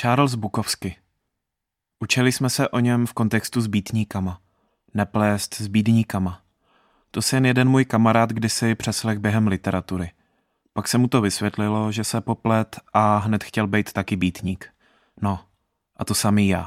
Charles Bukowski. Učili jsme se o něm v kontextu s býtníkama. Neplést s bídníkama. To si jen jeden můj kamarád kdysi přeslech během literatury. Pak se mu to vysvětlilo, že se poplet a hned chtěl být taky býtník. No, a to samý já.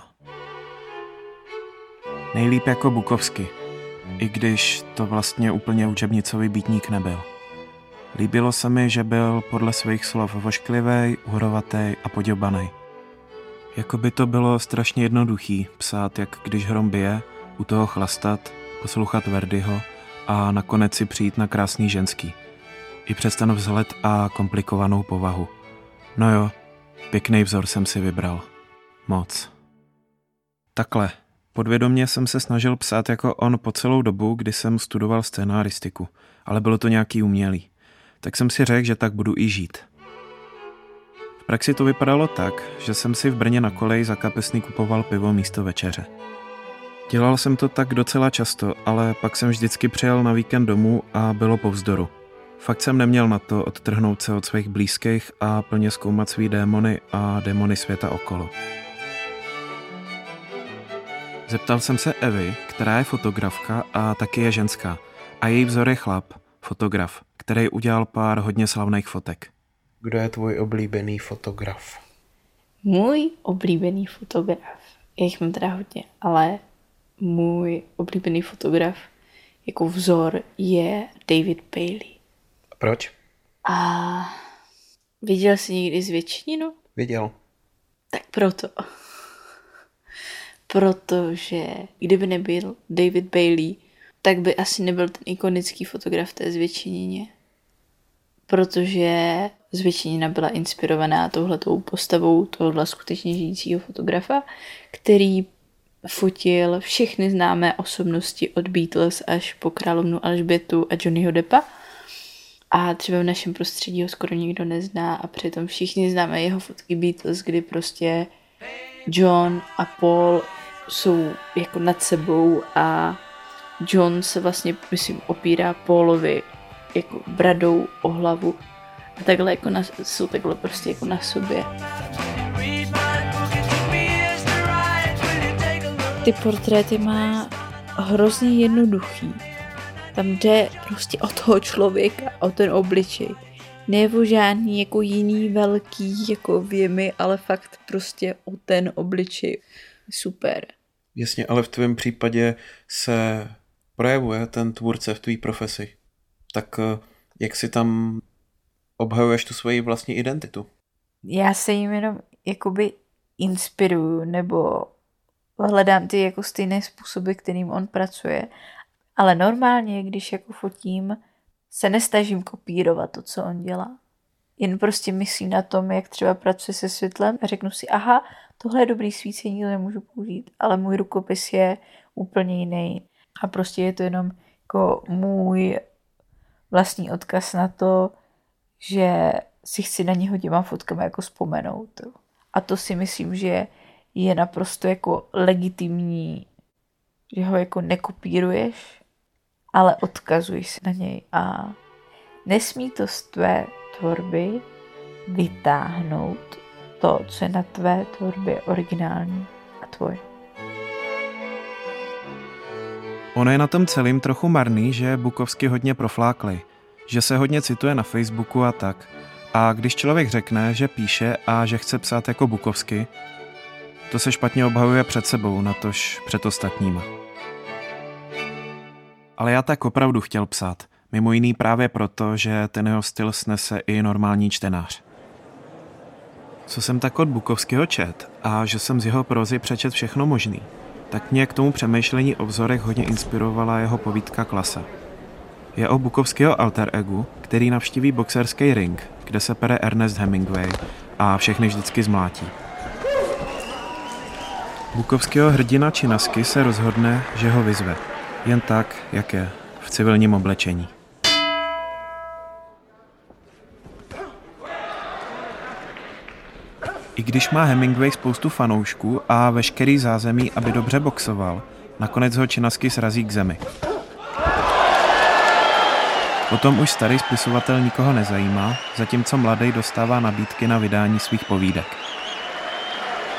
Nejlíp jako Bukowski, i když to vlastně úplně učebnicový býtník nebyl. Líbilo se mi, že byl podle svých slov vošklivej, uhodovatej a poděbanej. Jakoby to bylo strašně jednoduchý psát, jak když hrom bije, u toho chlastat, poslouchat Verdiho a nakonec si přijít na krásný ženský. I přes ten vzhled a komplikovanou povahu. No jo, pěkný vzor jsem si vybral. Moc. Takhle, podvědomě jsem se snažil psát jako on po celou dobu, kdy jsem studoval scénaristiku, ale bylo to nějaký umělý. Tak jsem si řekl, že tak budu i žít. V praxi to vypadalo tak, že jsem si v Brně na koleji za kapesný kupoval pivo místo večeře. Dělal jsem to tak docela často, ale pak jsem vždycky přijel na víkend domů a bylo po vzdoru. Fakt jsem neměl na to odtrhnout se od svých blízkých a plně zkoumat svý démony a démony světa okolo. Zeptal jsem se Evy, která je fotografka a taky je ženská, a její vzor je chlap, fotograf, který udělal pár hodně slavných fotek. Kdo je tvůj oblíbený fotograf? Můj oblíbený fotograf, já jich mám teda hodně, ale můj oblíbený fotograf jako vzor je David Bailey. A proč? A viděl jsi někdy Zvětšeninu? Viděl. Tak proto. Protože kdyby nebyl David Bailey, tak by asi nebyl ten ikonický fotograf té Zvětšenině. Protože Zvětšenina byla inspirovaná touhletou postavou tohohle skutečně žijícího fotografa, který fotil všechny známé osobnosti od Beatles až po královnu Alžbětu a Johnnyho Deppa. A třeba v našem prostředí ho skoro nikdo nezná a přitom všichni známe jeho fotky Beatles, kdy prostě John a Paul jsou jako nad sebou a John se vlastně, myslím, opírá Paulovi jako bradou o hlavu a takhle jako jsou takhle prostě jako na sobě. Ty portréty má hrozně jednoduchý. Tam jde prostě o toho člověka, o ten obličej. Ne o žádný jako jiný velký jako věmy, ale fakt prostě o ten obličej. Super. Jasně, ale v tvém případě se projevuje ten tvůrce v tvý profesi. Tak jak si tam obhajuješ tu svoji vlastní identitu? Já se jim jenom jakoby inspiruju nebo hledám ty jako stejné způsoby, kterým on pracuje. Ale normálně, když jako fotím, se nestažím kopírovat to, co on dělá. Jen prostě myslím na tom, jak třeba pracuje se světlem a řeknu si, aha, tohle je dobrý svícení, to nemůžu použít, ale můj rukopis je úplně jiný. A prostě je to jenom jako můj vlastní odkaz na to, že si chci na něho těma fotkama jako vzpomenout. A to si myslím, že je naprosto jako legitimní, že ho jako nekopíruješ, ale odkazuješ se na něj a nesmí to z tvé tvorby vytáhnout to, co je na tvé tvorbě originální a tvoje. Ono je na tom celým trochu marný, že je Bukowski hodně profláklý, že se hodně cituje na Facebooku a tak. A když člověk řekne, že píše a že chce psát jako Bukowski, to se špatně obhajuje před sebou, natož před ostatníma. Ale já tak opravdu chtěl psát. Mimo jiný právě proto, že ten jeho styl snese i normální čtenář. Co jsem tak od Bukowskiho čet a že jsem z jeho prózy přečet všechno možný, tak mě k tomu přemýšlení o vzorech hodně inspirovala jeho povídka Klasa. Je o Bukowskiho alter egu, který navštíví boxerský ring, kde se pere Ernest Hemingway a všechny vždycky zmlátí. Bukowskiho hrdina Činasky se rozhodne, že ho vyzve. Jen tak, jak je, v civilním oblečení. I když má Hemingway spoustu fanoušků a veškerý zázemí, aby dobře boxoval, nakonec ho Činasky srazí k zemi. Potom už starý spisovatel nikoho nezajímá, zatímco mladý dostává nabídky na vydání svých povídek.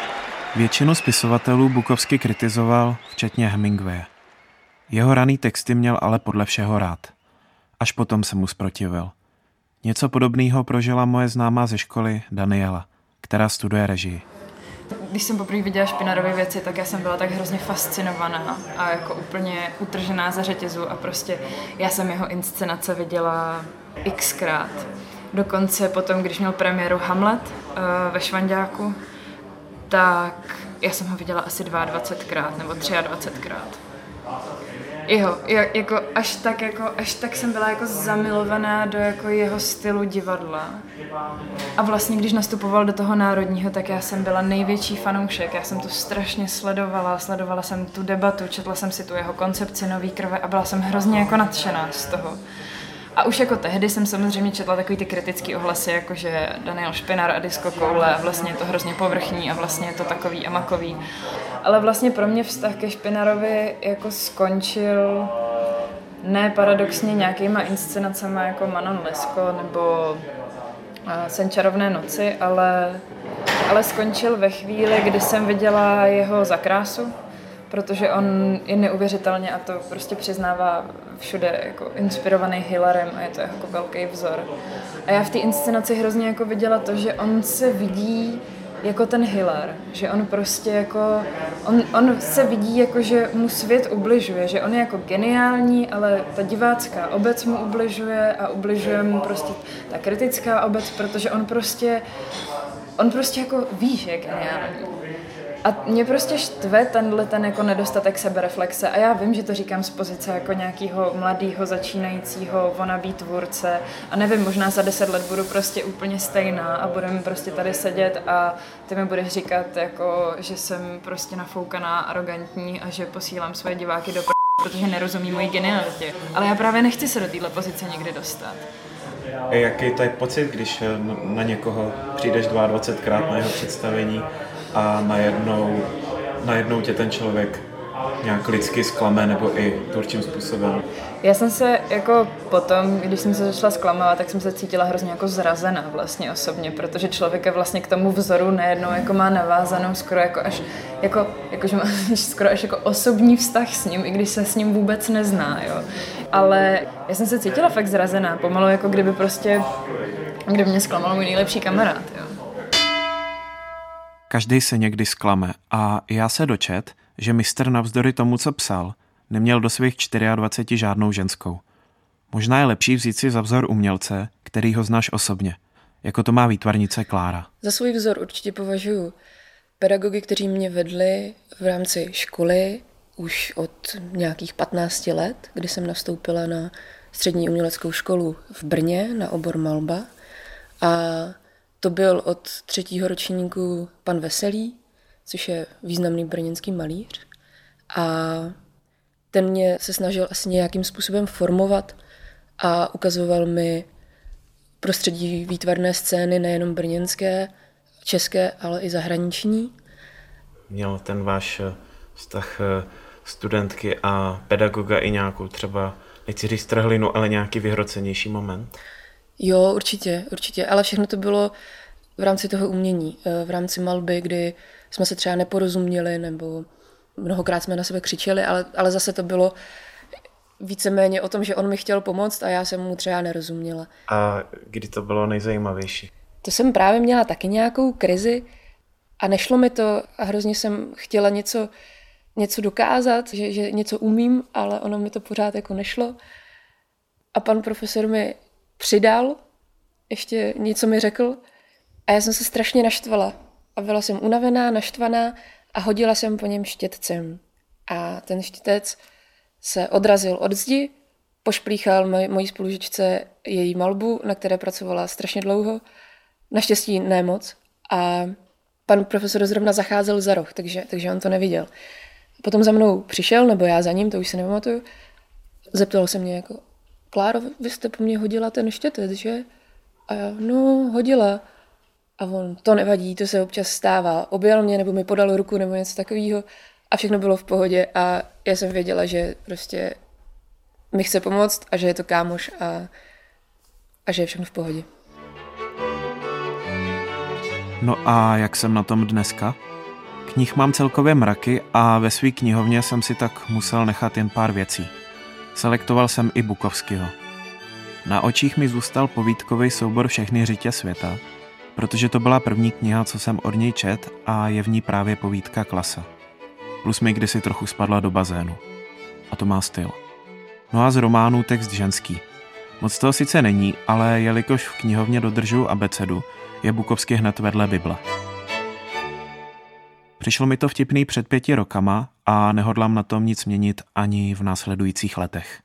Většinu spisovatelů Bukowski kritizoval, včetně Hemingwaye. Jeho raný texty měl ale podle všeho rád. Až potom se mu zprotivil. Něco podobného prožila moje známá ze školy Daniela, která studuje režii. Když jsem poprvé viděla Špinarové věci, tak já jsem byla tak hrozně fascinovaná a jako úplně utržená za řetězu a prostě já jsem jeho inscenace viděla xkrát. Dokonce potom, když měl premiéru Hamlet ve Švanďáku, tak já jsem ho viděla asi 22krát nebo 23krát. Jako až tak jsem byla jako zamilovaná do jako jeho stylu divadla. A vlastně, když nastupoval do toho Národního, tak já jsem byla největší fanoušek. Já jsem to strašně sledovala jsem tu debatu, četla jsem si tu jeho koncepci Nový krve a byla jsem hrozně jako nadšená z toho. A už jako tehdy jsem samozřejmě četla takový ty kritický ohlasy, jako že Daniel Špinar a Disco koule a vlastně je to hrozně povrchní a vlastně je to takový a makový. Ale vlastně pro mě vztah ke Špinarovi jako skončil ne paradoxně nějakýma inscenacema jako Manon Lescaut nebo Sen čarovné noci, ale skončil ve chvíli, kdy jsem viděla jeho Za krásu, protože on je neuvěřitelně, a to prostě přiznává všude, jako inspirovaný Hillarem a je to jako velký vzor. A já v té inscenaci hrozně jako viděla to, že on se vidí jako ten Hillar, že on prostě jako, on se vidí jako, že mu svět ubližuje, že on je jako geniální, ale ta divácká obec mu ubližuje a ubližuje mu prostě ta kritická obec, protože on prostě jako ví, že je geniální. A mě prostě štve ten jako nedostatek sebereflexe a já vím, že to říkám z pozice jako nějakého mladého začínajícího wannabe tvůrce a nevím, možná za 10 let budu prostě úplně stejná a budeme prostě tady sedět a ty mi budeš říkat, jako, že jsem prostě nafoukaná, arrogantní a že posílám svoje diváky do protože nerozumí mojí genialitě. Ale já právě nechci se do téhle pozice někdy dostat. Jaký to je pocit, když na někoho přijdeš 22krát na jeho představení a najednou tě ten člověk nějak lidsky zklame nebo i tvůrčím způsobem? Já jsem se jako potom, když jsem se začala zklamávat, tak jsem se cítila hrozně jako zrazená vlastně osobně, protože člověk je vlastně k tomu vzoru najednou jako má navázanou skoro jako až že má skoro až jako osobní vztah s ním, i když se s ním vůbec nezná, jo. Ale já jsem se cítila fakt zrazená, pomalu jako kdyby mě zklamal můj nejlepší kamarád, jo. Každý se někdy zklame a já se dočet, že mistr navzdory tomu, co psal, neměl do svých 24 žádnou ženskou. Možná je lepší vzít si za vzor umělce, který ho znáš osobně, jako to má výtvarnice Klára. Za svůj vzor určitě považuji pedagogy, kteří mě vedli v rámci školy už od nějakých 15 let, kdy jsem nastoupila na střední uměleckou školu v Brně na obor malba. A to byl od 3. ročníku pan Veselý, což je významný brněnský malíř. A ten mě se snažil asi nějakým způsobem formovat a ukazoval mi prostředí výtvarné scény nejenom brněnské, české, ale i zahraniční. Měl ten váš vztah studentky a pedagoga i nějakou třeba, nechci říct trhlinu, ale nějaký vyhrocenější moment? Jo, určitě, ale všechno to bylo v rámci toho umění, v rámci malby, kdy jsme se třeba neporozuměli, nebo mnohokrát jsme na sebe křičeli, ale zase to bylo víceméně o tom, že on mi chtěl pomoct a já jsem mu třeba nerozuměla. A kdy to bylo nejzajímavější? To jsem právě měla taky nějakou krizi a nešlo mi to a hrozně jsem chtěla něco dokázat, že něco umím, ale ono mi to pořád jako nešlo. A pan profesor mi přidal, ještě něco mi řekl a já jsem se strašně naštvala. A byla jsem unavená, naštvaná a hodila jsem po něm štětcem. A ten štětec se odrazil od zdi, pošplíchal mojí spolužičce její malbu, na které pracovala strašně dlouho. Naštěstí ne moc. A pan profesor zrovna zacházel za roh, takže on to neviděl. Potom za mnou přišel, nebo já za ním, to už si nepamatuju. Zeptal se mě jako, Kláro, vy jste po mně hodila ten štětec, že? A já, no, hodila. A on, to nevadí, to se občas stává. Objel mě, nebo mi podal ruku, nebo něco takového. A všechno bylo v pohodě a já jsem věděla, že prostě mi chce pomoct a že je to kámoš a že je všechno v pohodě. No a jak jsem na tom dneska? K Knih mám celkově mraky a ve své knihovně jsem si tak musel nechat jen pár věcí. Selektoval jsem i Bukovského. Na očích mi zůstal povídkový soubor Všechny řitě světa, protože to byla první kniha, co jsem od něj čet a je v ní právě povídka Klasa. Plus mi kdysi trochu spadla do bazénu. A to má styl. No a z románů text ženský. Moc toho sice není, ale jelikož v knihovně dodržuju abecedu, je Bukovský hned vedle Bible. Přišlo mi to vtipný před 5 rokama a nehodlám na tom nic měnit ani v následujících letech.